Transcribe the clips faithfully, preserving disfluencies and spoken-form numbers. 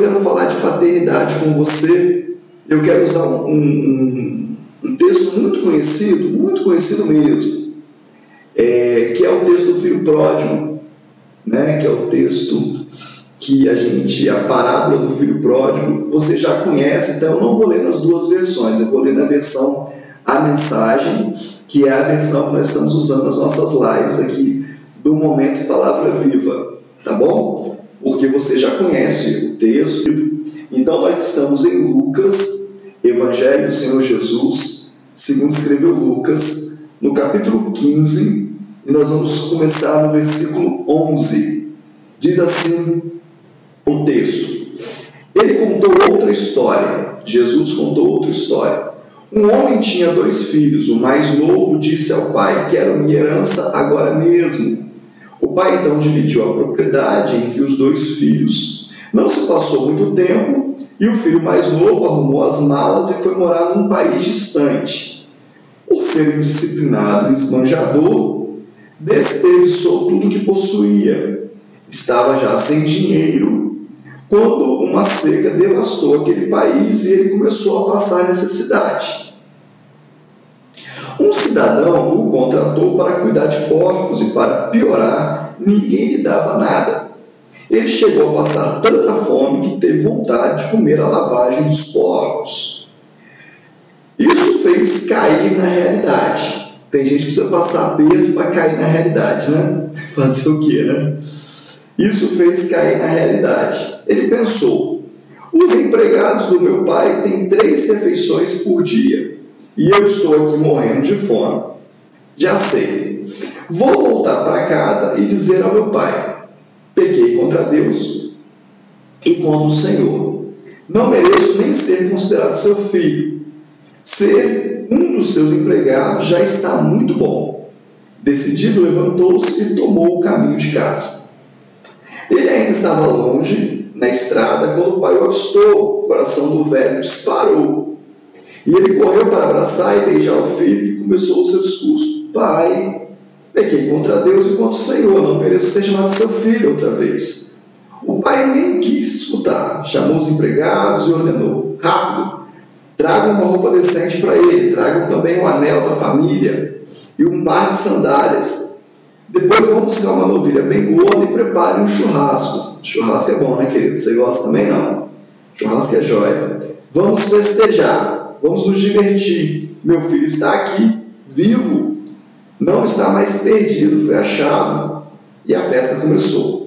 quero falar de paternidade com você. Eu quero usar um, um, um texto muito conhecido, muito conhecido mesmo, é, que é o texto do filho pródigo, né? Que é o texto que a gente, a parábola do filho pródigo, você já conhece, então eu não vou ler nas duas versões, eu vou ler na versão A Mensagem, que é a versão que nós estamos usando nas nossas lives aqui, do Momento Palavra Viva, tá bom? Porque você já conhece o texto. Então nós estamos em Lucas, Evangelho do Senhor Jesus, segundo escreveu Lucas, no capítulo quinze, e nós vamos começar no versículo onze. Diz assim o texto: ele contou outra história, Jesus contou outra história. Um homem tinha dois filhos. O mais novo disse ao pai: quero minha herança agora mesmo. O pai então dividiu a propriedade entre os dois filhos. Não se passou muito tempo e o filho mais novo arrumou as malas e foi morar num país distante. Por ser indisciplinado e esbanjador, desperdiçou tudo que possuía. Estava já sem dinheiro quando uma seca devastou aquele país e ele começou a passar necessidade. Um cidadão o contratou para cuidar de porcos e, para piorar, ninguém lhe dava nada. Ele chegou a passar tanta fome que teve vontade de comer a lavagem dos porcos. Isso fez cair na realidade. Tem gente que precisa passar aperto para cair na realidade, né? Fazer o quê, né? Isso fez cair na realidade. Ele pensou: os empregados do meu pai têm três refeições por dia e eu estou aqui morrendo de fome. Já sei. Vou voltar para casa e dizer ao meu pai: pequei contra Deus e contra o Senhor. Não mereço nem ser considerado seu filho. Ser um dos seus empregados já está muito bom. Decidido, levantou-se e tomou o caminho de casa. Ele ainda estava longe, na estrada, quando o pai o avistou. O coração do velho disparou. E ele correu para abraçar e beijar o filho, que começou o seu discurso: pai, pequei contra Deus e contra o Senhor, não mereço ser chamado seu filho outra vez. O pai nem quis escutar. Chamou os empregados e ordenou: rápido, tragam uma roupa decente para ele, tragam também o anel da família e um par de sandálias. Depois vão buscar uma novilha bem gorda e preparem um churrasco. Churrasco é bom, né, querido? Você gosta também? Não. Churrasco é jóia. Vamos festejar, vamos nos divertir. Meu filho está aqui, vivo, não está mais perdido, foi achado. E a festa começou.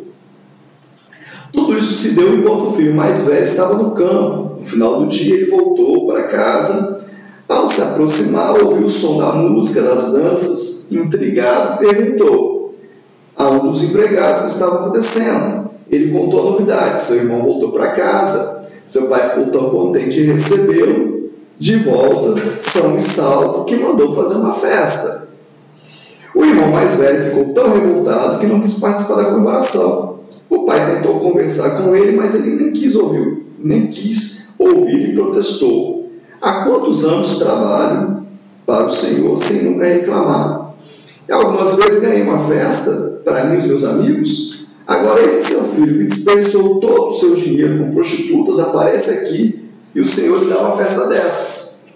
Tudo isso se deu enquanto o filho mais velho estava no campo. No final do dia ele voltou para casa. Ao se aproximar, ouviu o som da música, das danças. Intrigado, perguntou a um dos empregados o que estava acontecendo. Ele contou a novidade: seu irmão voltou para casa. Seu pai ficou tão contente em recebê-lo de volta, são e salvo, que mandou fazer uma festa. O irmão mais velho ficou tão revoltado que não quis participar da comemoração. O pai tentou conversar com ele, mas ele nem quis ouvir, nem quis ouvir e protestou: há quantos anos trabalho para o Senhor sem nunca reclamar? Algumas vezes ganhei uma festa para mim e os meus amigos. Agora esse seu filho que desperdiçou todo o seu dinheiro com prostitutas aparece aqui e o Senhor lhe dá uma festa dessas.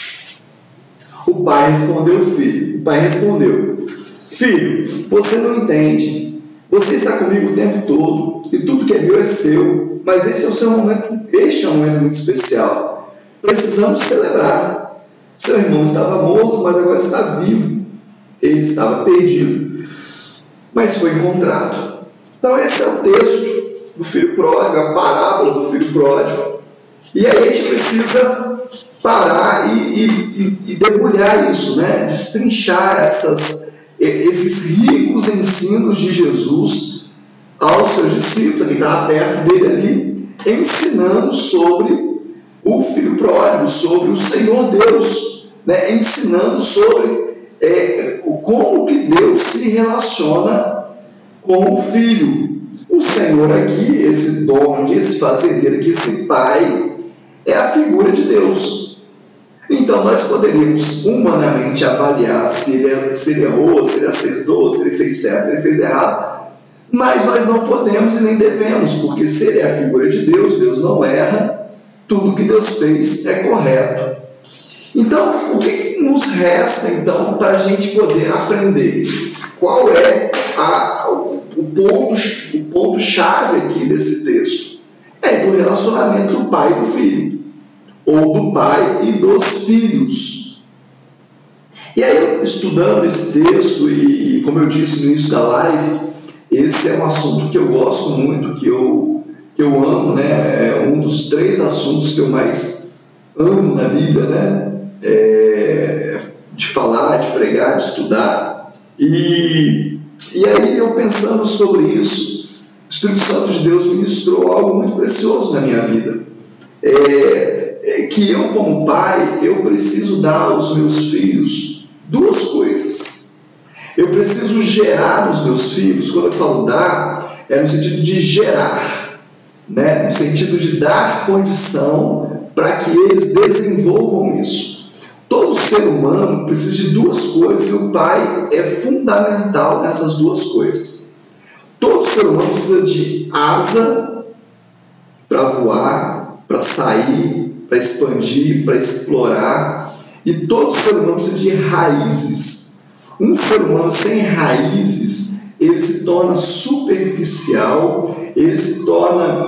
O pai respondeu, filho. O pai respondeu: filho, você não entende. Você está comigo o tempo todo e tudo que é meu é seu. Mas esse é o seu momento, este é um momento muito especial. Precisamos celebrar. Seu irmão estava morto, mas agora está vivo. Ele estava perdido, mas foi encontrado. Então esse é o texto do filho pródigo, a parábola do filho pródigo. E aí a gente precisa parar e, e, e debulhar isso, né? Destrinchar essas, esses ricos ensinos de Jesus aos seus discípulos, que está perto dele ali, ensinando sobre o filho pródigo, sobre o Senhor Deus, né? Ensinando sobre é, como que Deus se relaciona com o filho. O Senhor aqui, esse dono aqui, esse fazendeiro aqui, esse pai, é a figura de Deus. Então nós poderíamos humanamente avaliar se ele, se ele errou, se ele acertou, se ele fez certo, se ele fez errado. Mas nós não podemos e nem devemos, porque se ele é a figura de Deus, Deus não erra, tudo que Deus fez é correto. Então, o que nos resta, então, para a gente poder aprender? Qual é a, o, ponto, o ponto-chave aqui desse texto? É do relacionamento do pai e do filho, ou do pai e dos filhos. E aí, eu, estudando esse texto, e como eu disse no início da live, esse é um assunto que eu gosto muito, que eu, que eu amo, né? É um dos três assuntos que eu mais amo na Bíblia, né? É, de falar, de pregar, de estudar. E, e aí eu pensando sobre isso, o Espírito Santo de Deus ministrou algo muito precioso na minha vida. É, é que eu, como pai, eu preciso dar aos meus filhos duas coisas. Eu preciso gerar nos meus filhos, quando eu falo dar, é no sentido de gerar, né? No sentido de dar condição para que eles desenvolvam isso. Todo ser humano precisa de duas coisas e o pai é fundamental nessas duas coisas. Todo ser humano precisa de asa para voar, para sair, para expandir, para explorar. E todo ser humano precisa de raízes. Um ser humano sem raízes, ele se torna superficial, ele se torna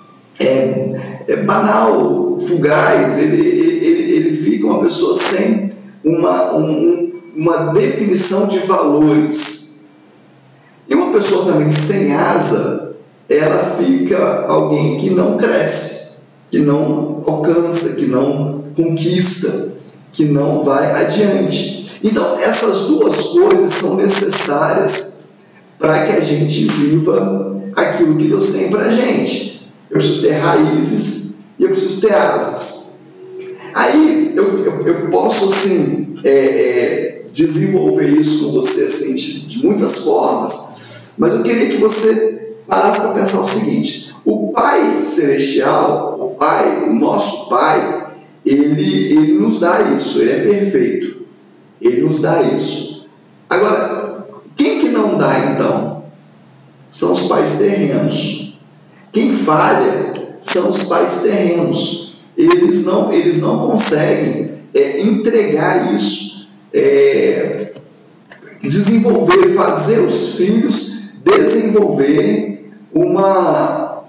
é, é banal, fugaz, ele, ele, ele fica uma pessoa sem uma, um, uma definição de valores. E uma pessoa também sem asa, ela fica alguém que não cresce, que não alcança, que não conquista, que não vai adiante. Então, essas duas coisas são necessárias para que a gente viva aquilo que Deus tem para a gente. Eu preciso ter raízes e eu preciso ter asas. Aí, eu, eu, eu posso, assim, é, é, desenvolver isso com você, assim, de, de muitas formas, mas eu queria que você parasse para pensar o seguinte: o Pai Celestial, o Pai, o nosso Pai, ele, ele nos dá isso, ele é perfeito. Ele nos dá isso. Agora, quem que não dá então? São os pais terrenos. Quem falha são os pais terrenos. Eles não, eles não conseguem é, entregar isso, é, desenvolver, fazer os filhos desenvolverem uma,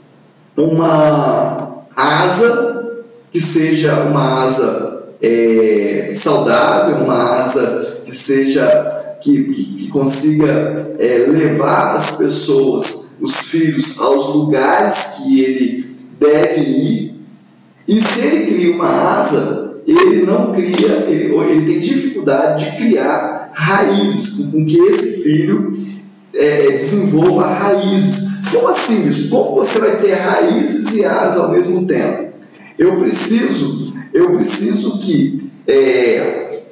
uma asa que seja uma asa É, saudável, uma asa que seja que, que, que consiga é, levar as pessoas, os filhos, aos lugares que ele deve ir. E se ele cria uma asa, ele não cria, ele, ele tem dificuldade de criar raízes, com que esse filho é, desenvolva raízes. Como assim isso? Como você vai ter raízes e asa ao mesmo tempo? Eu preciso Eu preciso que é,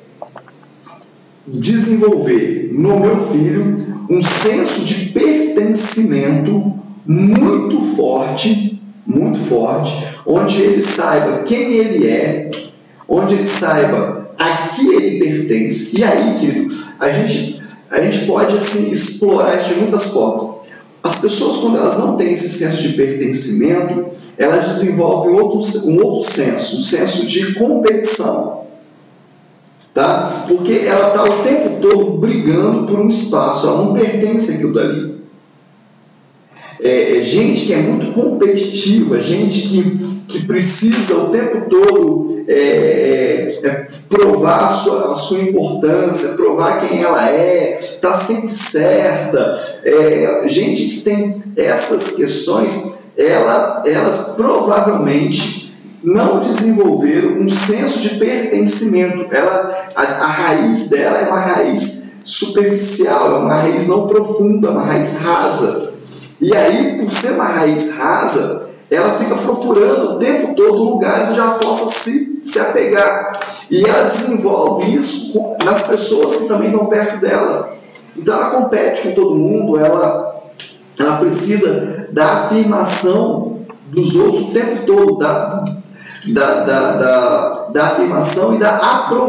desenvolver no meu filho um senso de pertencimento muito forte, muito forte, onde ele saiba quem ele é, onde ele saiba a que ele pertence. E aí, querido, a gente, a gente pode assim, explorar isso de muitas formas. As pessoas, quando elas não têm esse senso de pertencimento, elas desenvolvem outro, um outro senso, um senso de competição. Tá? Porque ela está o tempo todo brigando por um espaço, ela não pertence àquilo dali. É, é gente que é muito competitiva, gente que, que precisa o tempo todo é, é, é, provar a sua, a sua importância, provar quem ela é, está sempre certa. É, gente que tem essas questões, ela, elas provavelmente não desenvolveram um senso de pertencimento. Ela, a, a raiz dela é uma raiz superficial, é uma raiz não profunda, é uma raiz rasa. E aí, por ser uma raiz rasa, ela fica procurando o tempo todo lugares onde ela possa se, se apegar. E ela desenvolve isso nas pessoas que também estão perto dela. Então ela compete com todo mundo, ela, ela precisa da afirmação dos outros o tempo todo, da, da, da, da, da afirmação e da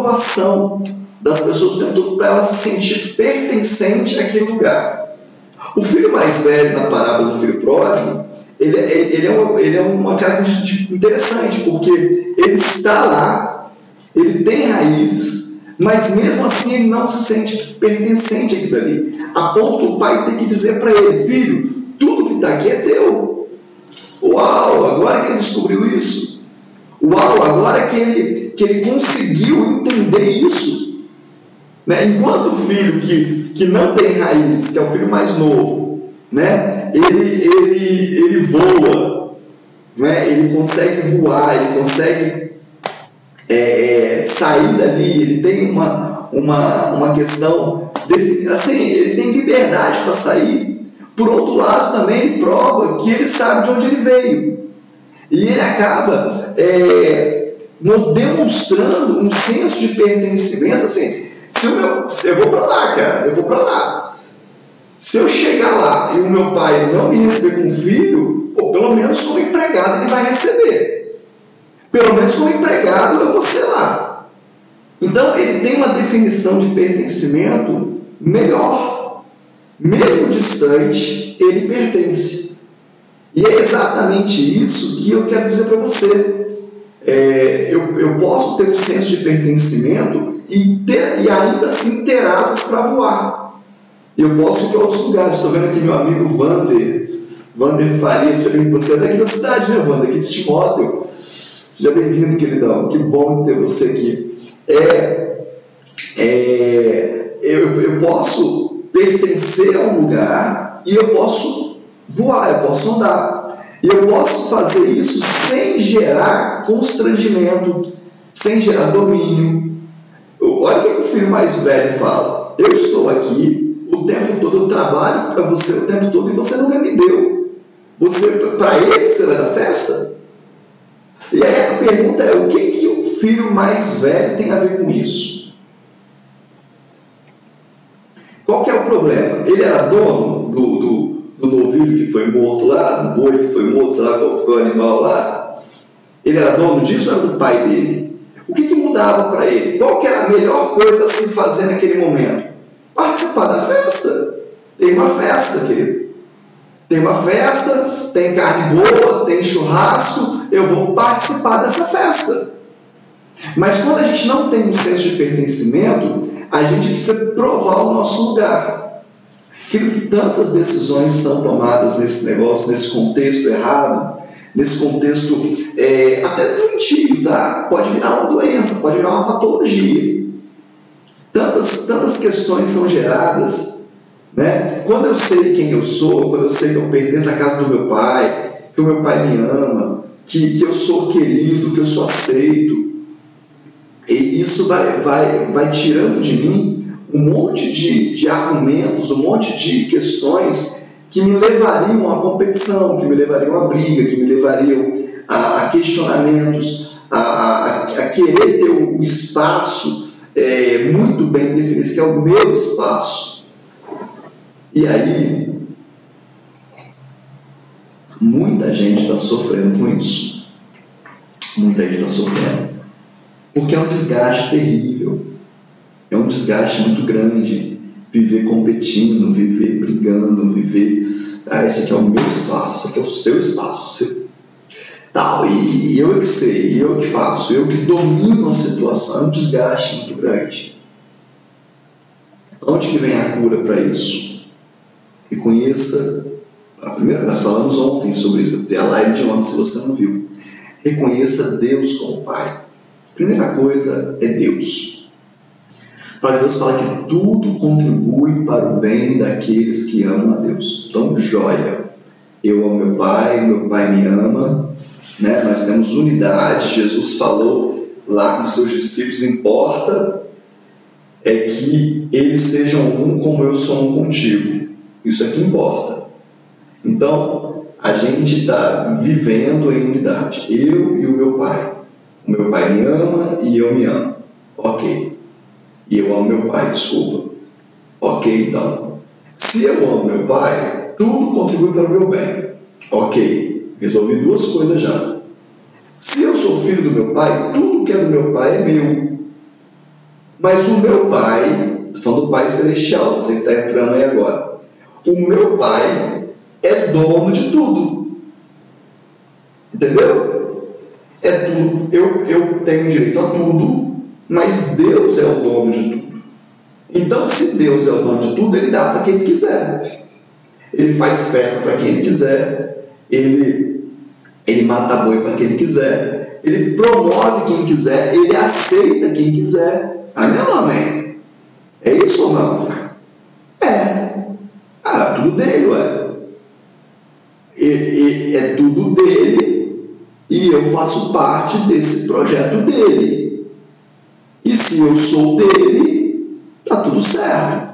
aprovação das pessoas o tempo todo, para ela se sentir pertencente àquele lugar. O filho mais velho, na parábola do filho pródigo, ele, ele, é, uma, ele é uma característica interessante, porque ele está lá, ele tem raízes, mas mesmo assim ele não se sente pertencente àquilo ali, a ponto do pai ter que dizer para ele: filho, tudo que está aqui é teu. Uau, agora que ele descobriu isso. Uau, agora que ele, que ele conseguiu entender isso. Né? Enquanto o filho que, que não tem raízes, que é o filho mais novo, né? ele, ele, ele voa, né? Ele consegue voar, ele consegue é, é, sair dali, ele tem uma, uma, uma questão, de, assim, ele tem liberdade para sair. Por outro lado, também ele prova que ele sabe de onde ele veio. E ele acaba é, nos demonstrando um senso de pertencimento, assim, se o meu, se eu vou para lá, cara, eu vou para lá. Se eu chegar lá e o meu pai não me receber como filho, pô, pelo menos como empregado ele vai receber. Pelo menos como empregado eu vou ser lá. Então ele tem uma definição de pertencimento melhor. Mesmo distante, ele pertence. E é exatamente isso que eu quero dizer para você. É, eu, eu posso ter um senso de pertencimento e, ter, e ainda assim ter asas para voar. Eu posso ir para outros lugares. Estou vendo aqui meu amigo Wander, Wander Faria, você é daqui da cidade, né, Wander? Aqui de Timóteo. Seja bem-vindo, queridão. Que bom ter você aqui. É, é, eu, eu posso pertencer a um lugar e eu posso voar, eu posso andar. E eu posso fazer isso sem gerar constrangimento, sem gerar domínio. Olha o que o filho mais velho fala: eu estou aqui o tempo todo, eu trabalho para você o tempo todo e você nunca me deu. Você, para ele, você vai dar festa? E aí a pergunta é: o que, que o filho mais velho tem a ver com isso? Qual que é o problema? Ele era dono do, do, do novilho que foi morto lá, do boi que foi morto, sei lá qual foi o animal lá? Ele era dono disso ou era do pai dele? O que, que mudava para ele? Qual que era a melhor coisa a se fazer naquele momento? Participar da festa. Tem uma festa, querido. Tem uma festa, tem carne boa, tem churrasco, eu vou participar dessa festa. Mas quando a gente não tem um senso de pertencimento, a gente precisa provar o nosso lugar. Que tantas decisões são tomadas nesse negócio, nesse contexto errado, nesse contexto é, até doentio, tá? Pode virar uma doença, pode virar uma patologia. Tantas, tantas questões são geradas, né? Quando eu sei quem eu sou, quando eu sei que eu pertenço à casa do meu pai, que o meu pai me ama, que, que eu sou querido, que eu sou aceito, e isso vai, vai, vai tirando de mim um monte de, de argumentos, um monte de questões que me levariam à competição, que me levariam à briga, que me levariam a, a questionamentos, a, a, a querer ter o espaço é, muito bem definido, que é o meu espaço. E aí, muita gente está sofrendo com isso. Muita gente está sofrendo. Porque é um desgaste terrível. É um desgaste muito grande. Viver competindo, viver brigando, viver... Ah, esse aqui é o meu espaço, esse aqui é o seu espaço. Seu... Tal, e, e eu que sei, eu que faço, eu que domino a situação. É um desgaste muito grande. Onde que vem a cura para isso? Reconheça... A primeira, nós falamos ontem sobre isso, até a live de ontem, se você não viu. Reconheça Deus como Pai. A primeira coisa é Deus. Para Deus fala que tudo contribui para o bem daqueles que amam a Deus. Então, joia. Eu amo meu Pai, meu Pai me ama. Né? Nós temos unidade. Jesus falou lá com os seus discípulos: importa é que eles sejam um como eu sou um contigo. Isso é que importa. Então, a gente está vivendo em unidade. Eu e o meu Pai. O meu Pai me ama e eu me amo. Ok. E eu amo meu Pai, desculpa. Ok, então. Se eu amo meu Pai, tudo contribui para o meu bem. Ok. Resolvi duas coisas já. Se eu sou filho do meu Pai, tudo que é do meu Pai é meu. Mas o meu Pai, estou falando do Pai Celestial, você que está entrando aí agora. o meu pai é dono de tudo. Entendeu? É tudo. Eu, eu tenho direito a tudo, mas Deus é o dono de tudo. Então, se Deus é o dono de tudo, Ele dá para quem Ele quiser. Ele faz festa para quem Ele quiser. Ele, ele mata boi para quem Ele quiser. Ele promove quem quiser. Ele aceita quem quiser. Amém ou não amém? É isso ou não? É. Ah, tudo dele, ué. E, e, é tudo dele e eu faço parte desse projeto dele. E se eu sou dele, tá tudo certo.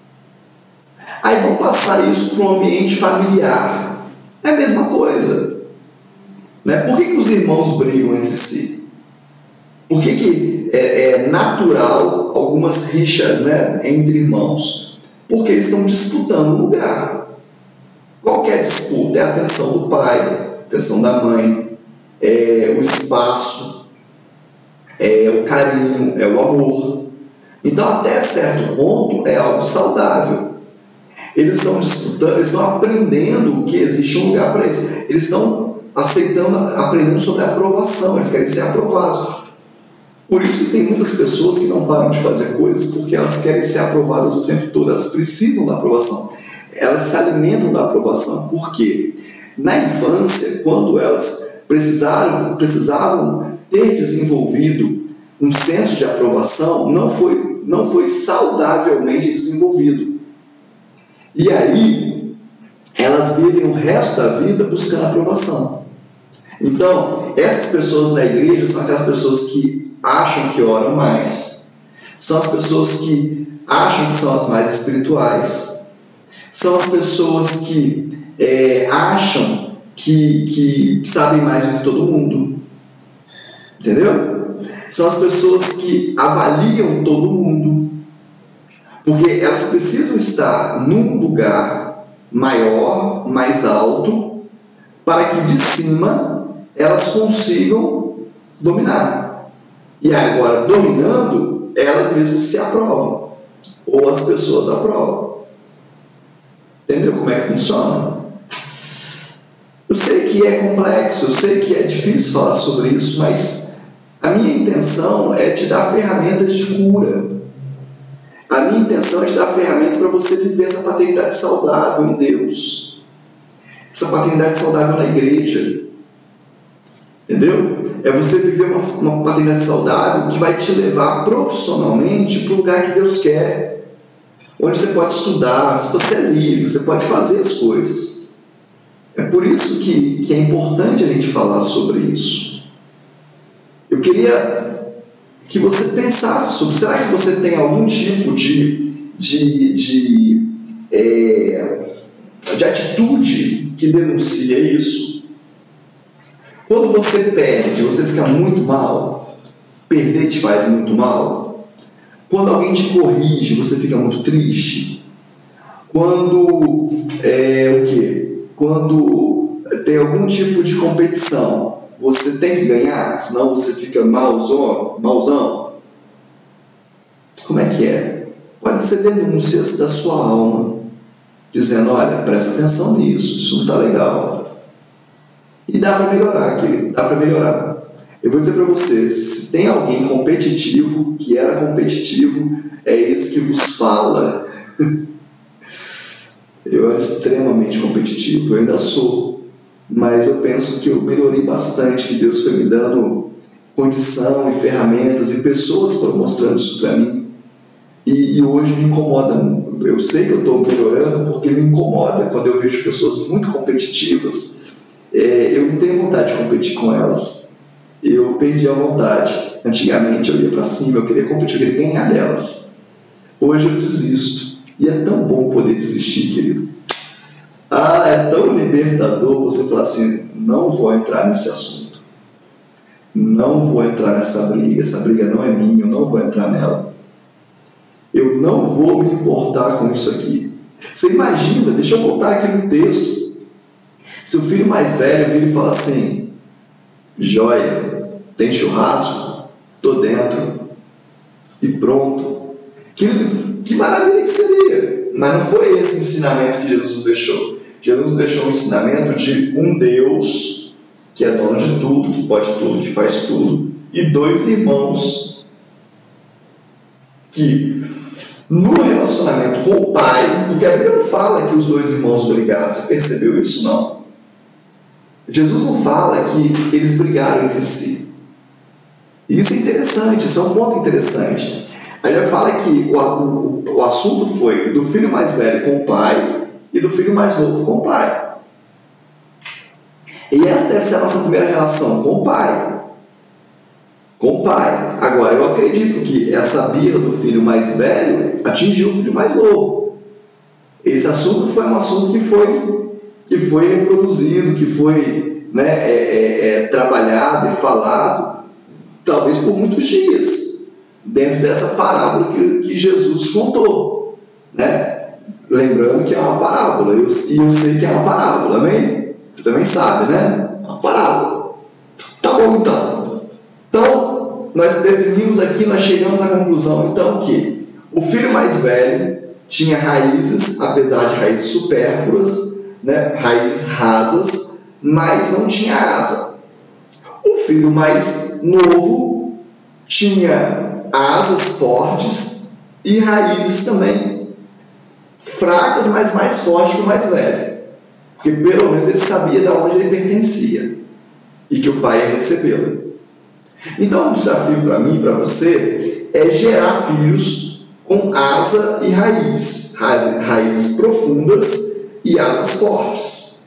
Aí vamos passar isso para um ambiente familiar. É a mesma coisa. Né? Por que, que os irmãos brigam entre si? Por que, que é, é natural algumas rixas, né, entre irmãos? Porque eles estão disputando um lugar. Qualquer disputa é a atenção do pai, a atenção da mãe, é o espaço, é o carinho, é o amor. Então, até certo ponto, é algo saudável. Eles estão disputando, eles estão aprendendo que existe um lugar para eles. Eles estão aceitando, aprendendo sobre a aprovação, eles querem ser aprovados. Por isso que tem muitas pessoas que não param de fazer coisas, porque elas querem ser aprovadas o tempo todo, elas precisam da aprovação. Elas se alimentam da aprovação. Por quê? Na infância, quando elas precisaram, precisavam ter desenvolvido um senso de aprovação, não foi, não foi saudavelmente desenvolvido. E aí, elas vivem o resto da vida buscando aprovação. Então, essas pessoas na igreja são aquelas pessoas que acham que oram mais, são as pessoas que acham que são as mais espirituais, são as pessoas que é, acham que, que sabem mais do que todo mundo. Entendeu? São as pessoas que avaliam todo mundo. Porque elas precisam estar num lugar maior, mais alto, para que de cima elas consigam dominar. E agora, dominando, elas mesmas se aprovam. Ou as pessoas aprovam. Entendeu como é que funciona? Eu sei que é complexo, eu sei que é difícil falar sobre isso, mas a minha intenção é te dar ferramentas de cura. A minha intenção é te dar ferramentas para você viver essa paternidade saudável em Deus. Essa paternidade saudável na igreja. Entendeu? É você viver uma, uma paternidade saudável que vai te levar profissionalmente para o lugar que Deus quer. Onde você pode estudar, se você é livre, você pode fazer as coisas. É por isso que, que é importante a gente falar sobre isso. Eu queria que você pensasse sobre, será que você tem algum tipo de, de, de, é, de atitude que denuncia isso? Quando você perde, você fica muito mal, perder te faz muito mal. Quando alguém te corrige, você fica muito triste. Quando é, o quê? Quando tem algum tipo de competição, você tem que ganhar, senão você fica malzão, malzão. Como é que é? Pode ser denúncias da sua alma, dizendo, olha, presta atenção nisso, isso não está legal. E dá para melhorar, querido, dá para melhorar. Eu vou dizer para você, se tem alguém competitivo, que era competitivo, é esse que vos fala. Eu era extremamente competitivo, eu ainda sou, mas eu penso que eu melhorei bastante, que Deus foi me dando condição e ferramentas e pessoas foram mostrando isso para mim. E, e hoje me incomoda, eu sei que eu estou melhorando porque me incomoda quando eu vejo pessoas muito competitivas, é, eu não tenho vontade de competir com elas. Eu perdi a vontade. Antigamente eu ia para cima, eu queria competir, eu queria ganhar delas. Hoje eu desisto. E é tão bom poder desistir, querido. Ah, é tão libertador você falar assim, não vou entrar nesse assunto. Não vou entrar nessa briga, essa briga não é minha, eu não vou entrar nela. Eu não vou me importar com isso aqui. Você imagina, deixa eu voltar aqui no texto. Se o filho mais velho vira e fala assim, joia, tem churrasco? Estou dentro. E pronto. Que, que maravilha que seria. mas não foi esse ensinamento que Jesus nos deixou. Jesus nos deixou um ensinamento de um Deus que é dono de tudo, que pode tudo, que faz tudo, e dois irmãos que, no relacionamento com o Pai, porque a Bíblia não fala que os dois irmãos brigaram, você percebeu isso? Não. Jesus não fala que eles brigaram entre si. Isso é interessante, isso é um ponto interessante. A Bíblia fala que o, o, o assunto foi do filho mais velho com o pai e do filho mais novo com o pai. E essa deve ser a nossa primeira relação com o pai. Com o pai. Agora, eu acredito que essa birra do filho mais velho atingiu o filho mais novo. Esse assunto foi um assunto que foi, que foi reproduzido, que foi né, é, é, é, trabalhado e falado, talvez por muitos dias, dentro dessa parábola que, que Jesus contou. Né? Lembrando que é uma parábola, eu, e eu sei que é uma parábola, amém? Você também sabe, né? Uma parábola. Tá bom, então. Então, nós definimos aqui, nós chegamos à conclusão, então, que o filho mais velho tinha raízes, apesar de raízes supérfluas, né? Raízes rasas, mas não tinha asa. O filho mais novo tinha asas fortes e raízes também fracas, mas mais fortes que o mais velho. Porque pelo menos ele sabia de onde ele pertencia e que o pai ia recebê-lo. Então, o desafio para mim e para você é gerar filhos com asa e raiz, raízes profundas e asas fortes.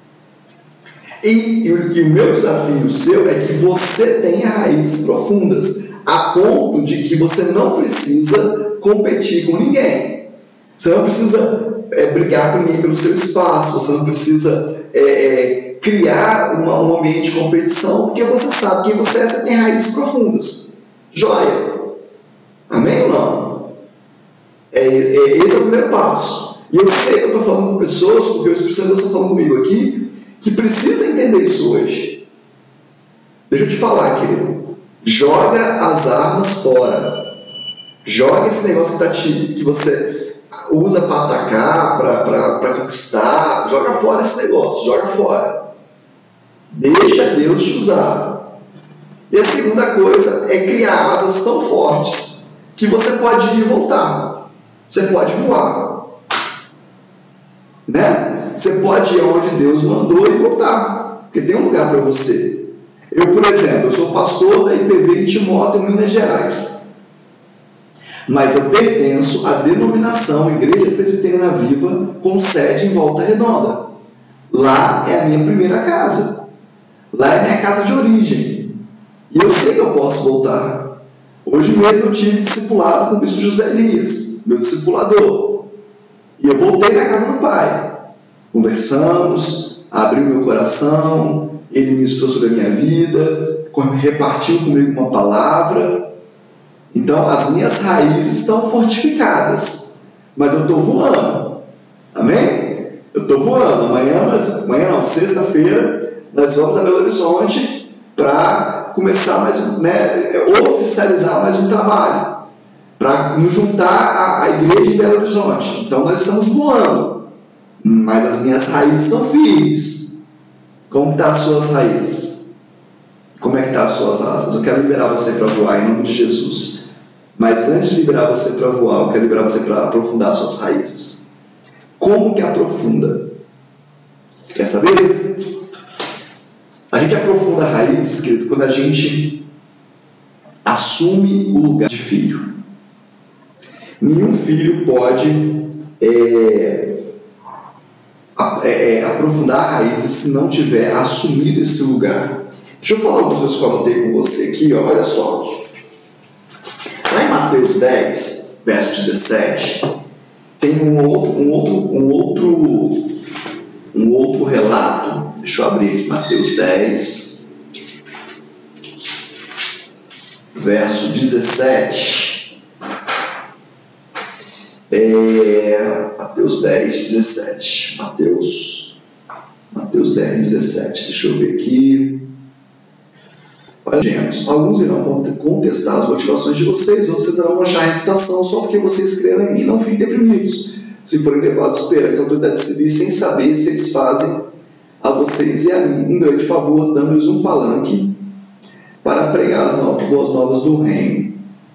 E, e, e o meu desafio seu é que você tenha raízes profundas, a ponto de que você não precisa competir com ninguém. Você não precisa é, brigar com ninguém pelo seu espaço, você não precisa é, é, criar uma, um ambiente de competição, porque você sabe quem você é, você tem raízes profundas. Joia? Amém ou não? É, é, esse é o primeiro passo. E eu sei que eu estou falando com pessoas, porque o Espírito Santo está falando comigo aqui, que precisa entender isso hoje. Deixa eu te falar, querido. Joga as armas fora. Joga esse negócio que, tá te, que você usa para atacar, para conquistar. Joga fora esse negócio, joga fora. Deixa Deus te usar. E a segunda coisa é criar asas tão fortes que você pode ir e voltar. Você pode voar. Né? Você pode ir onde Deus mandou e voltar. Porque tem um lugar para você. Eu, por exemplo, eu sou pastor da I P V em Timóteo, em Minas Gerais. Mas eu pertenço à denominação Igreja Presbiteriana Viva, com sede em Volta Redonda. Lá é a minha primeira casa. Lá é a minha casa de origem. E eu sei que eu posso voltar. Hoje mesmo eu tive discipulado com o bispo José Elias, meu discipulador. E eu voltei na casa do Pai. Conversamos, abriu meu coração, ele ministrou sobre a minha vida, repartiu comigo uma palavra. Então, as minhas raízes estão fortificadas, mas eu estou voando. Amém? Eu estou voando. Amanhã, nós, amanhã não, sexta-feira, nós vamos a Belo Horizonte para começar mais um, né, oficializar mais um trabalho, para nos juntar à, à igreja de Belo Horizonte. Então, nós estamos voando, mas as minhas raízes estão firmes. Como estão as suas raízes? Como é que estão as suas asas? Eu quero liberar você para voar em nome de Jesus. Mas antes de liberar você para voar, eu quero liberar você para aprofundar as suas raízes. Como que aprofunda? Quer saber? A gente aprofunda raízes, querido, quando a gente assume o lugar de filho. Nenhum filho pode é, é, aprofundar raízes se não tiver assumido esse lugar. Deixa eu falar algumas coisas que eu anotei com você aqui, ó, olha só. Lá em Mateus dez, verso dezessete, tem um outro, um outro, um outro, um outro relato. Deixa eu abrir aqui, Mateus dez, verso dezessete. É, Mateus dez, dezessete. Mateus, Mateus dez, dezessete. Deixa eu ver aqui. Alguns irão contestar as motivações de vocês, outros tentarão manchar a reputação só porque vocês creram em mim. Não fiquem deprimidos. se forem levados perante a autoridade civil sem saber se eles fazem a vocês e a mim um grande favor, dando-lhes um palanque para pregar as boas novas do reino.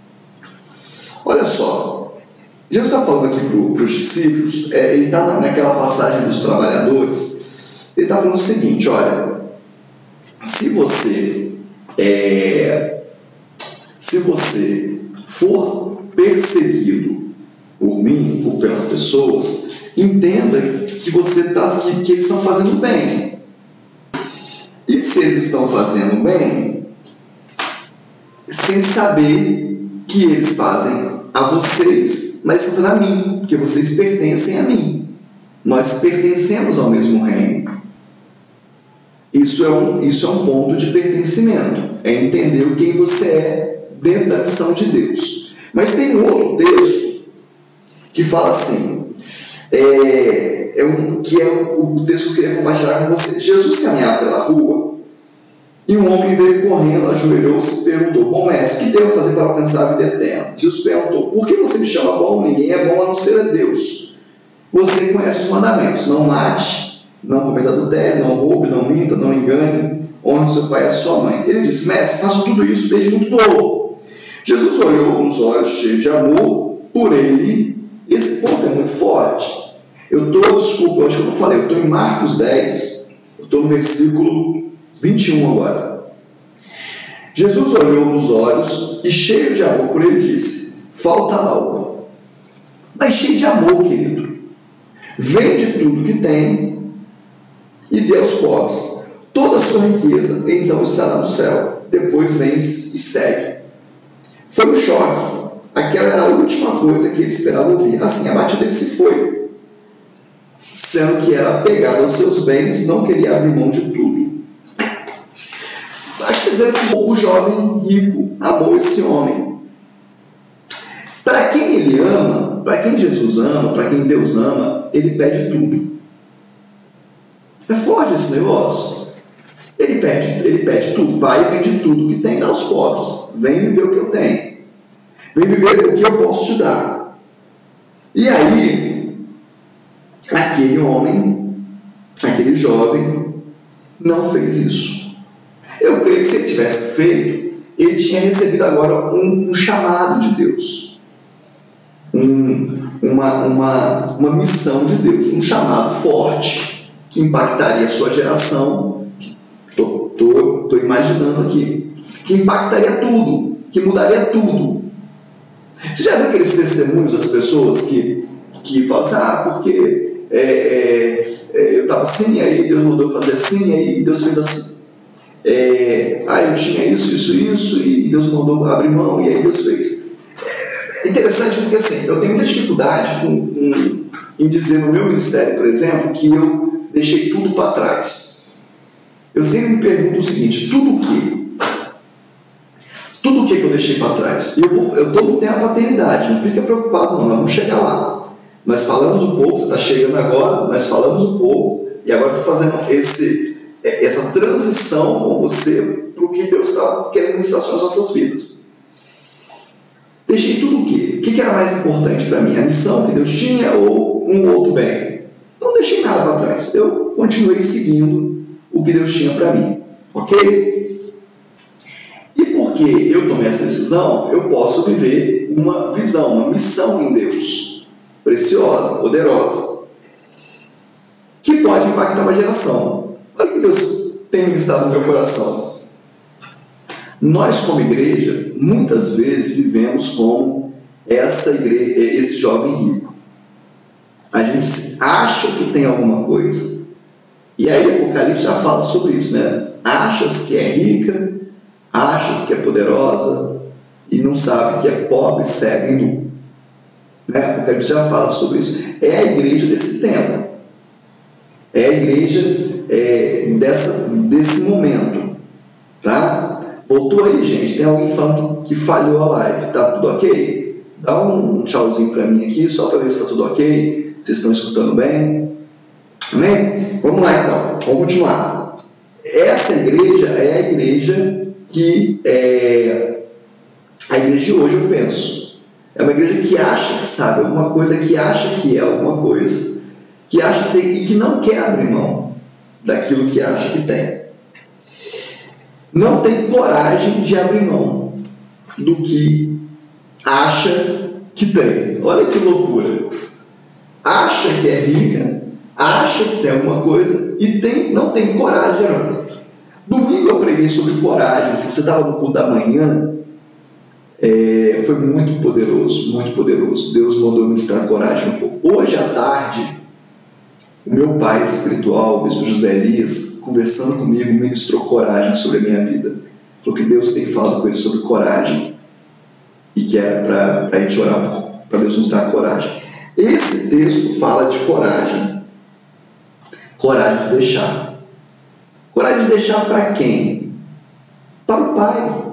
Olha só, Jesus está falando aqui para os discípulos, é, ele está naquela passagem dos trabalhadores, ele está falando o seguinte: olha, se você é, se você for perseguido por mim ou pelas pessoas, entenda que, você tá, que, que eles estão fazendo bem. E se eles estão fazendo bem, sem saber que eles fazem a vocês, mas para mim, porque vocês pertencem a mim. Nós pertencemos ao mesmo reino. Isso é um, isso é um ponto de pertencimento, é entender quem você é dentro da missão de Deus. Mas tem um outro texto que fala assim, é, é um, que é o, o texto que eu queria compartilhar com você. Jesus caminhava pela rua e um homem veio correndo, ajoelhou-se e perguntou: bom mestre, o que devo fazer para alcançar a vida eterna? Jesus perguntou: por que você me chama bom? Ninguém é bom a não ser a Deus. Você conhece os mandamentos: não mate, não cometa adultério, não roube, não minta, não engane, honre seu pai e a sua mãe. Ele disse: mestre, faço tudo isso desde muito novo. Jesus olhou com os olhos cheios de amor por ele. Esse ponto é muito forte. Eu estou, desculpa, eu acho que eu não falei, eu estou em Marcos dez, eu estou no versículo vinte e um agora. Jesus olhou nos olhos e, cheio de amor por ele, disse: falta algo. Mas cheio de amor, querido. Vende tudo que tem e dê aos pobres. Toda a sua riqueza, então estará no céu. Depois vem e segue. Foi um choque. Aquela era a última coisa que ele esperava ouvir. Assim, a batida dele se foi. Sendo que era apegado aos seus bens, não queria abrir mão de tudo. Acho que dizer que o jovem rico amou esse homem. Para quem ele ama, para quem Jesus ama, para quem Deus ama, ele pede tudo. É forte esse negócio. Ele pede, ele pede tudo. Vai e vende tudo que tem, dá aos pobres. Vem viver o que eu tenho. Vem viver o que eu posso te dar. E aí, aquele homem, aquele jovem, não fez isso. Eu creio que se ele tivesse feito, ele tinha recebido agora um, um chamado de Deus. Um, uma, uma, uma missão de Deus. Um chamado forte, que impactaria a sua geração. Estou imaginando aqui. Que impactaria tudo. Que mudaria tudo. Você já viu aqueles testemunhos das pessoas que, que falam assim: ah, porque é, é, é, eu estava assim, aí Deus mandou eu fazer assim, aí Deus fez assim. É, ah, eu tinha isso, isso, isso, e Deus mandou abrir mão, e aí Deus fez. É interessante porque assim, eu tenho muita dificuldade com, com, em dizer no meu ministério, por exemplo, que eu deixei tudo para trás. Eu sempre me pergunto o seguinte: tudo o quê? Tudo o que eu deixei para trás? E eu estou no tempo da paternidade, não fica preocupado não, nós vamos chegar lá. Nós falamos um pouco, você está chegando agora, nós falamos um pouco, e agora estou fazendo esse, essa transição com você para o que Deus está querendo iniciar nas nossas vidas. Deixei tudo o quê? O que era mais importante para mim? A missão que Deus tinha ou um outro bem? Não deixei nada para trás, eu continuei seguindo o que Deus tinha para mim, ok? Porque eu tomei essa decisão, eu posso viver uma visão, uma missão em Deus, preciosa, poderosa, que pode impactar uma geração. Olha o que Deus tem ministrado no meu coração. Nós, como igreja, muitas vezes vivemos como essa igreja, esse jovem rico. A gente acha que tem alguma coisa, e aí o Apocalipse já fala sobre isso, né? Achas que é rica, achas que é poderosa e não sabe que é pobre, cego e nu. Né? O Apocalipse já fala sobre isso. É a igreja desse tempo. É a igreja é, dessa, desse momento. Tá? Voltou aí, gente. Tem alguém falando que, que falhou a live. Tá tudo ok? Dá um tchauzinho para mim aqui, só para ver se está tudo ok. Vocês estão escutando bem? Amém? Vamos lá então. Vamos continuar. Essa igreja é a igreja que é a igreja de hoje, eu penso. É uma igreja que acha que sabe alguma coisa, que acha que é alguma coisa, que acha que tem, e que não quer abrir mão daquilo que acha que tem. Não tem coragem de abrir mão do que acha que tem. Olha que loucura. Acha que é rica, acha que tem alguma coisa e tem, não tem coragem de abrir mão. Domingo eu preguei sobre coragem. Se você estava no culto da manhã, é, foi muito poderoso, muito poderoso. Deus mandou ministrar coragem um pouco. Hoje à tarde, o meu pai espiritual, o bispo José Elias, conversando comigo, ministrou coragem sobre a minha vida. Falou que Deus tem falado com ele sobre coragem e que era para a gente orar para Deus nos dar coragem. Esse texto fala de coragem. Coragem de deixar. Coragem de deixar para quem? Para o Pai.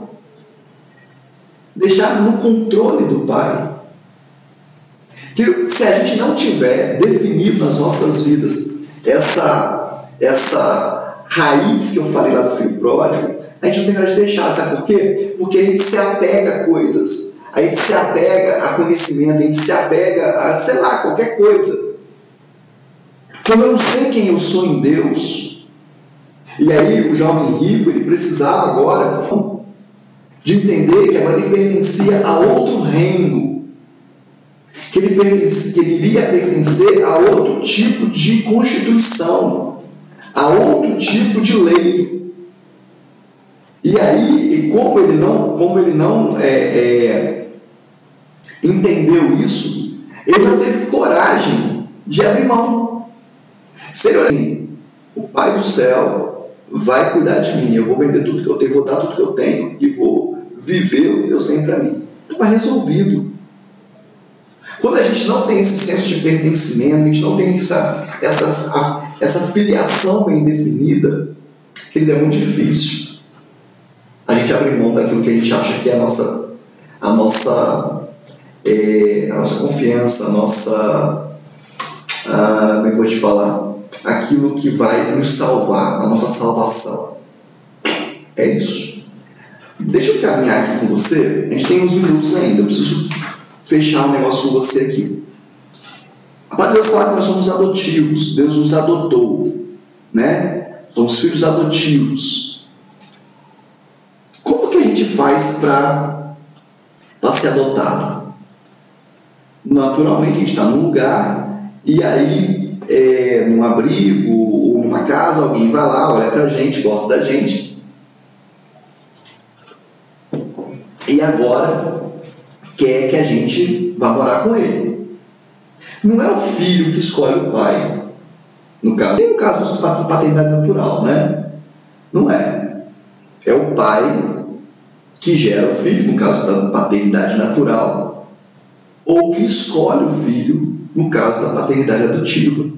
Deixar no controle do Pai. Que se a gente não tiver definido nas nossas vidas essa, essa raiz que eu falei lá do filho pródigo, a gente não tem coragem de deixar. Sabe por quê? Porque a gente se apega a coisas, a gente se apega a conhecimento, a gente se apega a, sei lá, qualquer coisa. Quando eu não sei quem eu sou em Deus, e aí o jovem rico, ele precisava agora de entender que agora ele pertencia a outro reino, que ele, pertence, que ele iria pertencer a outro tipo de constituição, a outro tipo de lei. E aí, e como ele não, como ele não é, é, entendeu isso, ele não teve coragem de abrir mão. Seria assim: o Pai do céu vai cuidar de mim, eu vou vender tudo que eu tenho, vou dar tudo que eu tenho e vou viver o que Deus tem para mim. Está resolvido. Quando a gente não tem esse senso de pertencimento, a gente não tem essa, essa, a, essa filiação bem definida, que é muito difícil a gente abrir mão daquilo que a gente acha que é a nossa, a nossa, é, a nossa confiança, a nossa, a, como é que eu vou te falar? Aquilo que vai nos salvar, a nossa salvação. É isso. Deixa eu caminhar aqui com você. A gente tem uns minutos ainda, eu preciso fechar um negócio com você aqui. A palavra de Deus fala que nós somos adotivos. Deus nos adotou, né? Somos filhos adotivos. Como que a gente faz para ser adotado? Naturalmente, a gente está num lugar e aí, é, num abrigo ou numa casa, alguém vai lá, olha pra gente, gosta da gente. E agora quer que a gente vá morar com ele. Não é o filho que escolhe o pai. No caso, tem o caso de paternidade natural, né? Não é. É o pai que gera o filho, no caso da paternidade natural, ou que escolhe o filho, no caso da paternidade adotiva.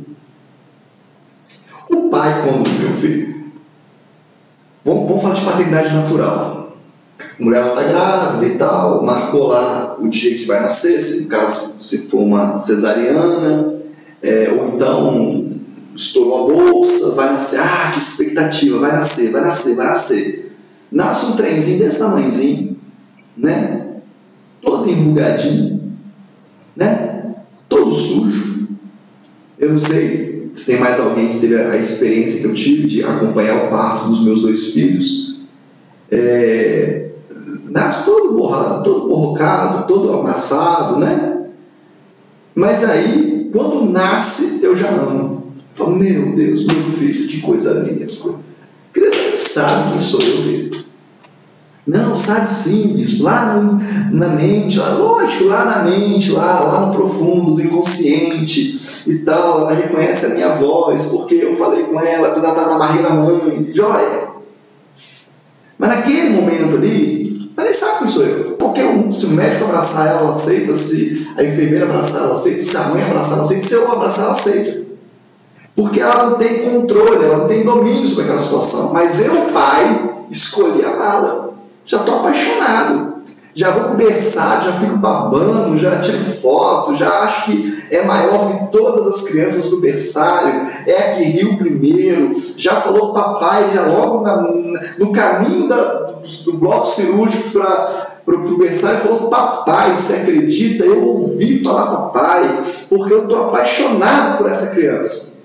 O pai, quando vê o filho, vamos, vamos falar de paternidade natural. A mulher está grávida e tal, marcou lá o dia que vai nascer, se no caso se for uma cesariana, é, ou então estourou a bolsa, vai nascer, ah, que expectativa, vai nascer, vai nascer, vai nascer. Nasce um trenzinho desse tamanhozinho, né? Todo enrugadinho, né? Todo sujo. Eu não sei se tem mais alguém que teve a experiência que eu tive de acompanhar o parto dos meus dois filhos. É, nasce todo borrado, todo borrocado, todo amassado, né? Mas aí, quando nasce, eu já amo. Falo, meu Deus, meu filho, que coisa linda, que coisa. A criança sabe quem sou eu, filho. Não, sabe sim, bispo, lá no, na mente, lá, lógico, lá na mente, lá, lá no profundo do inconsciente e tal, ela reconhece a minha voz, porque eu falei com ela, quando ela estava na barriga da mãe, joia. Mas naquele momento ali, ela nem sabe quem sou eu. Qualquer um, se o médico abraçar ela, ela aceita, se a enfermeira abraçar ela, aceita, se a mãe abraçar ela, aceita, se eu abraçar ela, aceita. Porque ela não tem controle, ela não tem domínio sobre aquela situação. Mas eu, pai, escolhi amá-la. Já estou apaixonado, já vou conversar, já fico babando, já tiro foto, já acho que é maior que todas as crianças do berçário, é a que riu primeiro, já falou papai, já logo na, no caminho da, do, do bloco cirúrgico para para o berçário e falou: papai, você acredita? Eu ouvi falar papai, porque eu estou apaixonado por essa criança.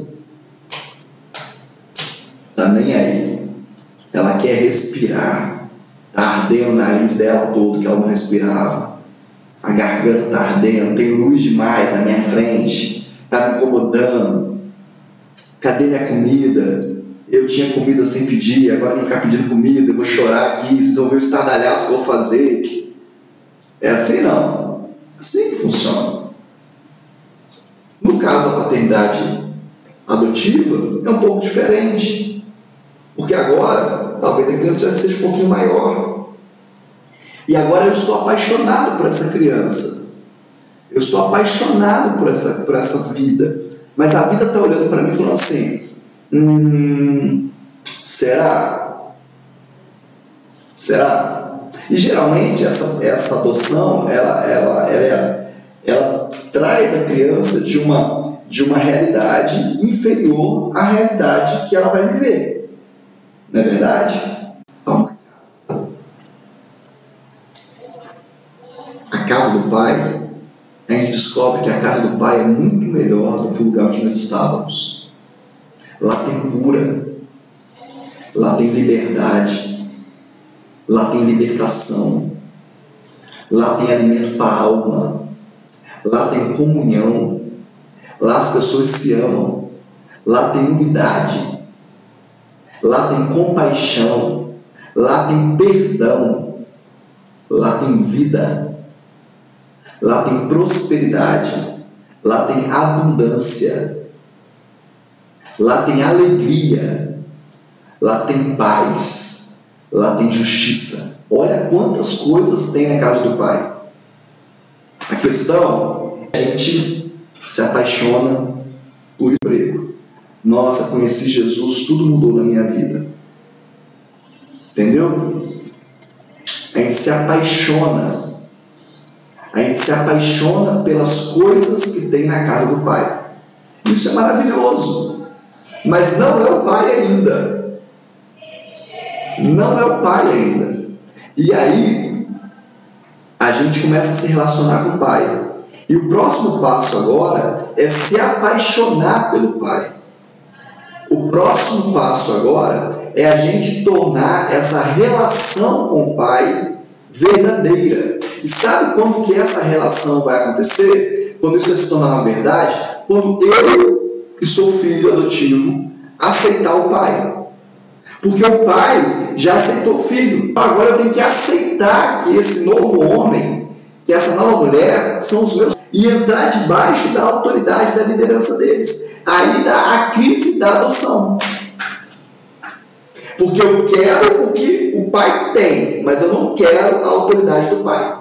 Está nem aí. Ela quer respirar. Está ardendo o nariz dela todo, que ela não respirava. A garganta está ardendo, tem luz demais na minha frente, está me incomodando. Cadê minha comida? Eu tinha comida sem pedir, agora tem que ficar pedindo comida, eu vou chorar aqui, vocês vão ver o estardalhaço que eu vou fazer. É assim não. É assim que funciona. No caso da paternidade adotiva, é um pouco diferente. Porque agora, talvez a criança já seja um pouquinho maior. E agora eu estou apaixonado por essa criança. Eu estou apaixonado por essa, por essa vida. Mas a vida está olhando para mim e falando assim: Hum, será? Será? E geralmente essa, essa adoção ela, ela, ela, ela traz a criança de uma, de uma realidade inferior à realidade que ela vai viver. Não é verdade? Então, a casa do pai, a gente descobre que a casa do pai é muito melhor do que o lugar onde nós estávamos. Lá tem cura, lá tem liberdade, lá tem libertação, lá tem alimento para a alma, lá tem comunhão, lá as pessoas se amam, lá tem unidade, lá tem compaixão, lá tem perdão, lá tem vida, lá tem prosperidade, lá tem abundância. Lá tem alegria, lá tem paz, lá tem justiça. Olha quantas coisas tem na casa do Pai. A questão é que a gente se apaixona por emprego. Nossa, conheci Jesus, tudo mudou na minha vida. Entendeu? A gente se apaixona. A gente se apaixona pelas coisas que tem na casa do Pai. Isso é maravilhoso. Mas não é o pai ainda. Não é o pai ainda. E aí, a gente começa a se relacionar com o pai. E o próximo passo agora é se apaixonar pelo pai. O próximo passo agora é a gente tornar essa relação com o pai verdadeira. E sabe quando que essa relação vai acontecer? Quando isso vai se tornar uma verdade? Quando eu, que sou filho adotivo, aceitar o pai. Porque o pai já aceitou o filho. Agora eu tenho que aceitar que esse novo homem, que essa nova mulher, são os meus, e entrar debaixo da autoridade, da liderança deles. Aí dá a crise da adoção. Porque eu quero o que o pai tem, mas eu não quero a autoridade do pai.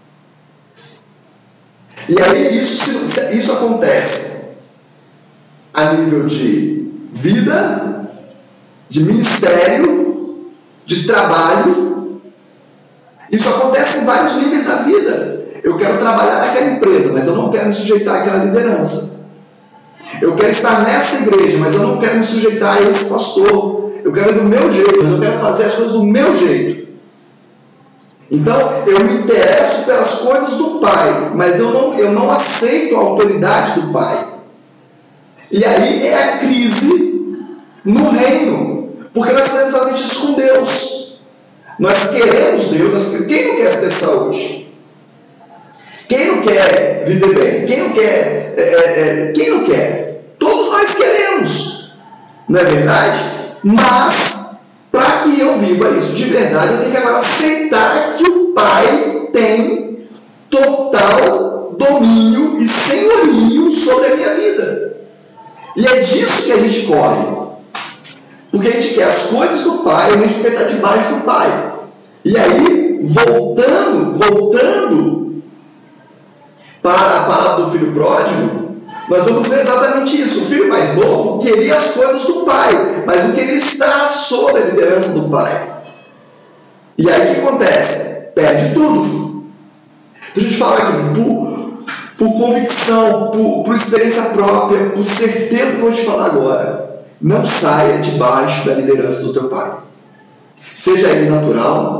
E aí isso, isso acontece a nível de vida, de ministério, de trabalho. Isso acontece em vários níveis da vida. Eu quero trabalhar naquela empresa, mas eu não quero me sujeitar àquela liderança. Eu quero estar nessa igreja, mas eu não quero me sujeitar a esse pastor. Eu quero do meu jeito, mas eu quero fazer as coisas do meu jeito. Então, eu me interesso pelas coisas do Pai, mas eu não, eu não aceito a autoridade do Pai. E aí é a crise no reino, porque nós temos exatamente isso com Deus. Nós queremos Deus, nós, quem não quer ter saúde? Quem não quer viver bem? Quem não quer? É, é, quem não quer? Todos nós queremos, não é verdade? Mas, para que eu viva isso de verdade, eu tenho que agora aceitar que o Pai tem total domínio e senhorio sobre a minha vida. E é disso que a gente corre. Porque a gente quer as coisas do Pai, a gente quer estar debaixo do Pai. E aí, voltando, voltando para a palavra do filho pródigo, nós vamos ver exatamente isso. O filho mais novo queria as coisas do pai, mas não queria estar sob a liderança do pai. E aí o que acontece? Perde tudo. Deixa eu te falar aqui, por, por convicção, por, por experiência própria, por certeza que eu vou te falar agora, não saia debaixo da liderança do teu pai. Seja ele natural,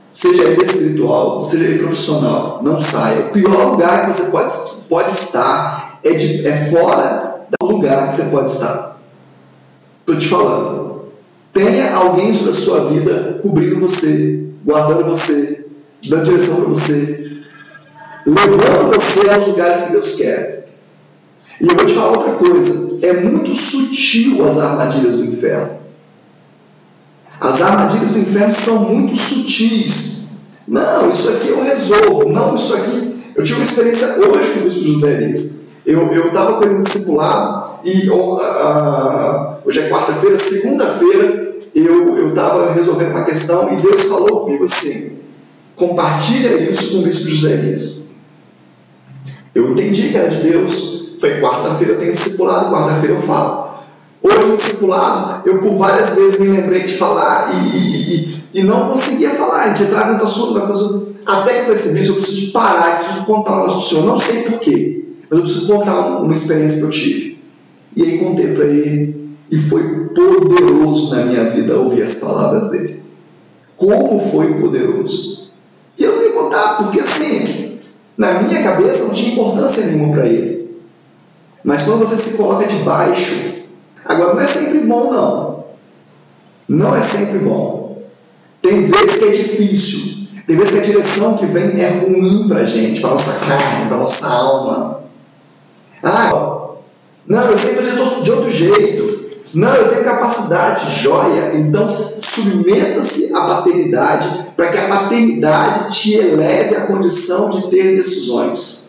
seja ele espiritual, seja ele profissional, não saia. O pior lugar que você pode, pode estar é, de, é fora do lugar que você pode estar. Estou te falando. Tenha alguém sobre a sua vida cobrindo você, guardando você, dando direção para você, levando você aos lugares que Deus quer. E eu vou te falar outra coisa. É muito sutil as armadilhas do inferno. As armadilhas do inferno são muito sutis. Não, isso aqui eu resolvo. Não, isso aqui... Eu tive uma experiência hoje com o bispo José Elias. Eu estava com ele no discipulado e uh, uh, hoje é quarta-feira, segunda-feira eu estava resolvendo uma questão e Deus falou comigo assim: compartilha isso com o bispo José Elias. Eu entendi que era de Deus. Foi quarta-feira eu tenho discipulado, quarta-feira eu falo. Hoje no discipulado, eu por várias vezes me lembrei de falar e, e, e, e não conseguia falar. A gente entrava no assunto, no assunto, até que eu percebi, eu preciso parar aqui e contar um negócio para o senhor. Não sei porquê, mas eu preciso contar uma experiência que eu tive. E aí contei para ele, e foi poderoso na minha vida ouvir as palavras dele. Como foi poderoso. E eu não ia contar, porque assim, na minha cabeça não tinha importância nenhuma para ele. Mas quando você se coloca debaixo, agora não é sempre bom não. Não é sempre bom. Tem vezes que é difícil. Tem vezes que a direção que vem é ruim para a gente, para a nossa carne, para a nossa alma. Ah, não, eu sei fazer de outro jeito. Não, eu tenho capacidade, joia. Então, submeta-se à paternidade para que a paternidade te eleve à condição de ter decisões.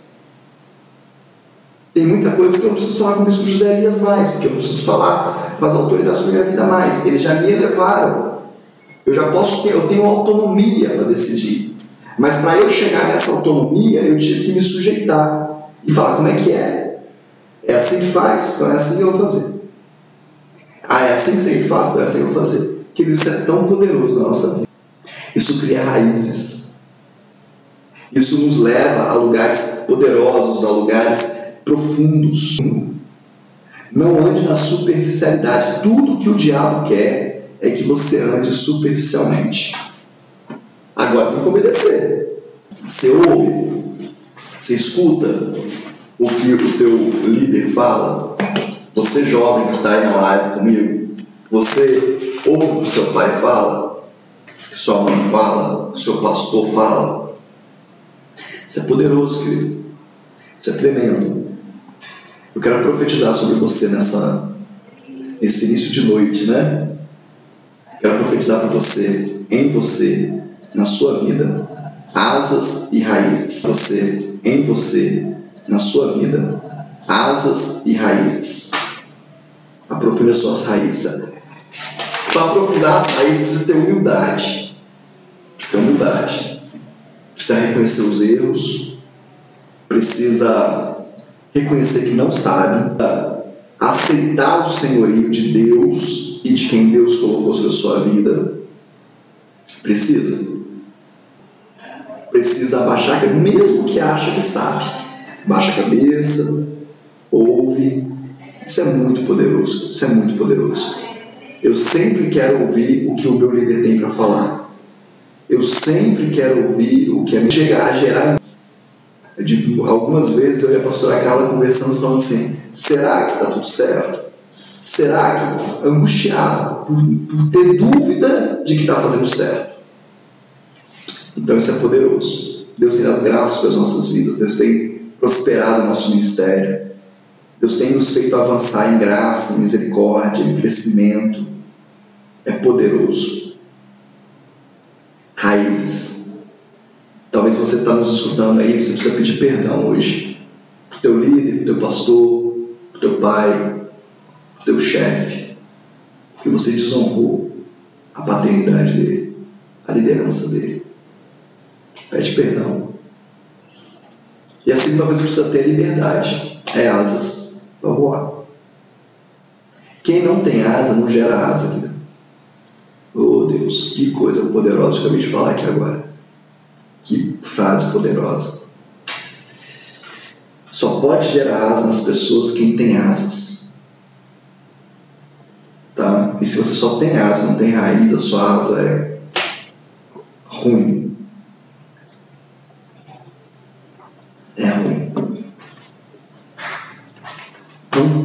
Tem muita coisa que eu não preciso falar com o bispo José Elias mais, que eu não preciso falar com as autoridades da minha vida mais. Eles já me elevaram. Eu já posso ter, eu tenho autonomia para decidir. Mas para eu chegar nessa autonomia, eu tive que me sujeitar e falar como é que é. É assim que faz, então é assim que eu vou fazer. Ah, é assim que você faz, então é assim que eu vou fazer. Querido, isso é tão poderoso na nossa vida. Isso cria raízes. Isso nos leva a lugares poderosos, a lugares profundos. Não ande na superficialidade. Tudo que o diabo quer é que você ande superficialmente. Agora tem que obedecer. Você ouve, você escuta o que o teu líder fala. Você jovem que está aí na live comigo, você ouve o que o seu pai fala, que sua mãe fala, que o seu pastor fala. Isso é poderoso, querido. Isso é tremendo. Eu quero profetizar sobre você nessa, nesse início de noite, né? Quero profetizar para você, em você, na sua vida, asas e raízes. Você, em você, na sua vida, asas e raízes. Aprofunde as suas raízes. Para aprofundar as raízes, precisa ter humildade. Ter humildade. Precisa reconhecer os erros. Precisa reconhecer que não sabe, aceitar o senhorio de Deus e de quem Deus colocou sobre a sua vida. Precisa. Precisa abaixar a cabeça, mesmo que acha que sabe. Baixa a cabeça, ouve. Isso é muito poderoso. Isso é muito poderoso. Eu sempre quero ouvir o que o meu líder tem para falar. Eu sempre quero ouvir o que a minha chegar a gerar. Eu digo, algumas vezes eu e a pastora Carla conversando, falando assim: será que está tudo certo? Será que, angustiado por, por ter dúvida de que está fazendo certo? Então isso é poderoso. Deus tem dado graças pelas nossas vidas. Deus tem prosperado o nosso ministério. Deus tem nos feito avançar em graça, em misericórdia, em crescimento. É poderoso. Raízes. Talvez você está nos escutando aí, você precisa pedir perdão hoje. Para o teu líder, para o teu pastor, para o teu pai, para o teu chefe. Porque você desonrou a paternidade dele, a liderança dele. Pede perdão. E a segunda coisa que precisa ter é liberdade. É asas para voar. Quem não tem asa não gera asa, querido. Oh Deus, que coisa poderosa que eu acabei de falar aqui agora. Que frase poderosa. Só pode gerar asa nas pessoas quem tem asas. Tá? E se você só tem asa, não tem raiz, a sua asa é ruim.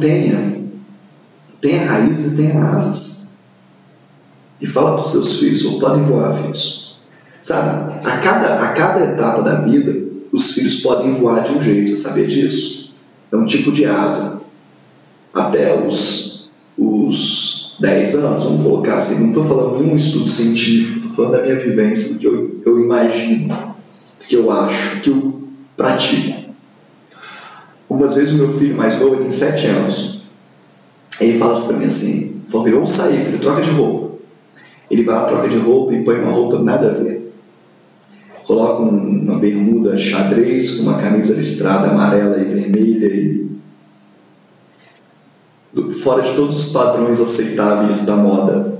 tenha, tenha raízes e tenha asas. E fala para os seus filhos, ou podem voar, filhos. Sabe, a cada, a cada etapa da vida, os filhos podem voar de um jeito, você sabia disso? É um tipo de asa. Até os, os dez anos, vamos colocar assim, não estou falando de um estudo científico, estou falando da minha vivência, do que eu, eu imagino, do que eu acho, do que eu pratico. Algumas vezes o meu filho mais novo, ele tem sete anos, ele fala assim para mim assim, filho, vamos sair, filho, troca de roupa. Ele vai lá, troca de roupa e põe uma roupa nada a ver. Coloca uma bermuda xadrez com uma camisa listrada amarela e vermelha e fora de todos os padrões aceitáveis da moda.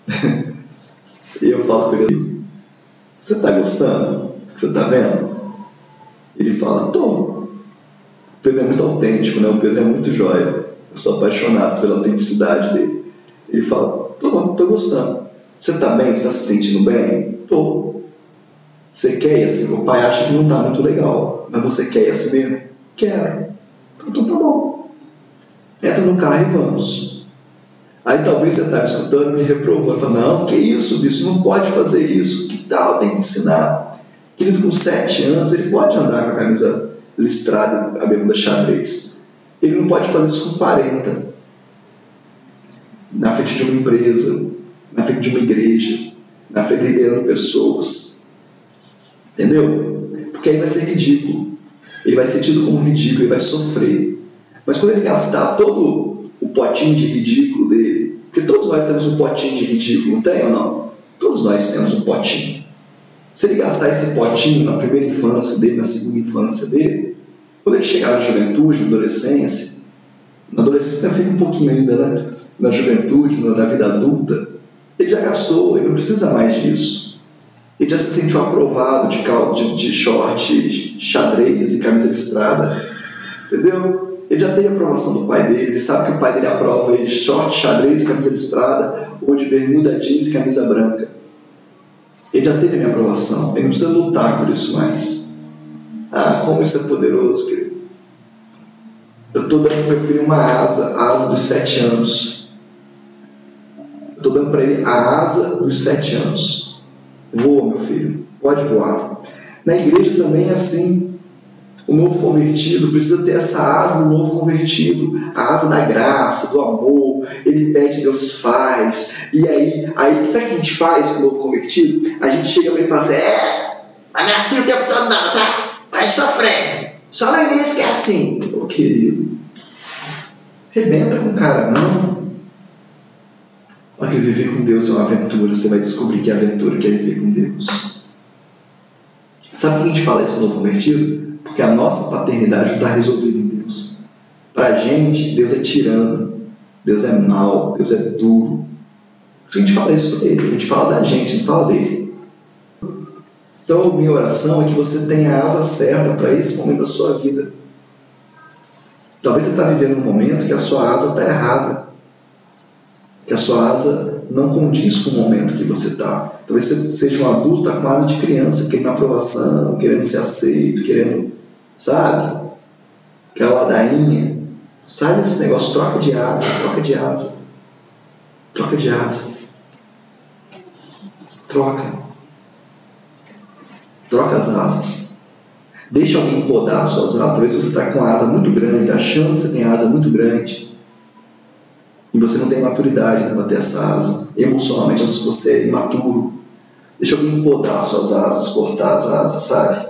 E eu falo com ele, você está gostando do que você está vendo? Ele fala, tô. O Pedro é muito autêntico, né? O Pedro é muito jóia. Eu sou apaixonado pela autenticidade dele. Ele fala, tô bom, tô gostando. Você está bem? Você está se sentindo bem? Tô. Você quer ir assim? O pai acha que não está muito legal, mas você quer ir assim mesmo? Quero. Então tá bom. Entra no carro e vamos. Aí talvez você está me escutando e me reprovando. Fala, não, que isso, bicho, não pode fazer isso. Que tal? Tem que ensinar. Querido, com sete anos, ele pode andar com a camisa listrada, a bermuda xadrez. Ele não pode fazer isso com quarenta. Na frente de uma empresa, na frente de uma igreja, na frente liderando pessoas. Entendeu? Porque aí vai ser ridículo. Ele vai ser tido como ridículo, ele vai sofrer. Mas quando ele gastar todo o potinho de ridículo dele, porque todos nós temos um potinho de ridículo, não tem ou não? Todos nós temos um potinho. Se ele gastar esse potinho na primeira infância dele, na segunda infância dele, quando ele chegar na juventude, na adolescência, na adolescência fica um pouquinho ainda, né? Na juventude, na vida adulta, ele já gastou, ele não precisa mais disso. Ele já se sentiu aprovado de, de, de short, xadrez e camisa listrada. Entendeu? Ele já tem a aprovação do pai dele, ele sabe que o pai dele aprova ele de short, xadrez, camisa listrada, ou de bermuda jeans e camisa branca. Ele já teve a minha aprovação, ele não precisa lutar por isso mais. Ah, como isso é poderoso, querido. Eu estou dando para o meu filho uma asa, a asa dos sete anos. Eu estou dando para ele a asa dos sete anos. Voa, meu filho, pode voar. Na igreja também é assim. O novo convertido precisa ter essa asa do novo convertido, a asa da graça, do amor. Ele pede, Deus faz. E aí, aí sabe o que a gente faz com o novo convertido? A gente chega para ele e fala assim, é, mas minha filha o tempo todo não, tá? Vai sofrendo. Só na igreja que é assim. Ô querido, rebenta com o cara, não. Olha que viver com Deus é uma aventura. Você vai descobrir que é aventura que é viver com Deus. Sabe por que a gente fala isso no novo convertido? Porque a nossa paternidade não está resolvida em Deus. Para a gente, Deus é tirano, Deus é mau, Deus é duro. A gente fala isso para ele, a gente fala da gente, a gente fala dele. Então, minha oração é que você tenha a asa certa para esse momento da sua vida. Talvez você está vivendo um momento que a sua asa está errada, que a sua asa não condiz com o momento que você está. Talvez você seja um adulto, está com asa de criança, querendo aprovação, querendo ser aceito, querendo, sabe? Aquela ladainha. Sai desse negócio, troca de asa, troca de asa. Troca de asa. Troca. Troca as asas. Deixa alguém podar as suas asas. Talvez você está com a asa muito grande, achando que você tem a asa muito grande. E você não tem maturidade para ter essa asa. Emocionalmente você é imaturo. Deixa alguém podar as suas asas, cortar as asas, sabe?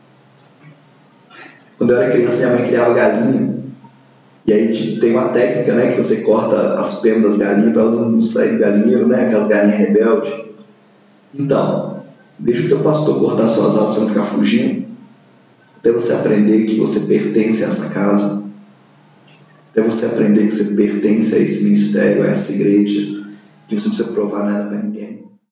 Quando eu era criança, minha mãe criava galinha. E aí tem uma técnica, né, que você corta as penas das galinhas para elas não saírem do galinheiro, né, aquelas galinhas rebeldes. Então, deixa o teu pastor cortar suas asas para não ficar fugindo. Até você aprender que você pertence a essa casa. Até você aprender que você pertence a esse ministério, a essa igreja, que você não precisa provar nada para ninguém.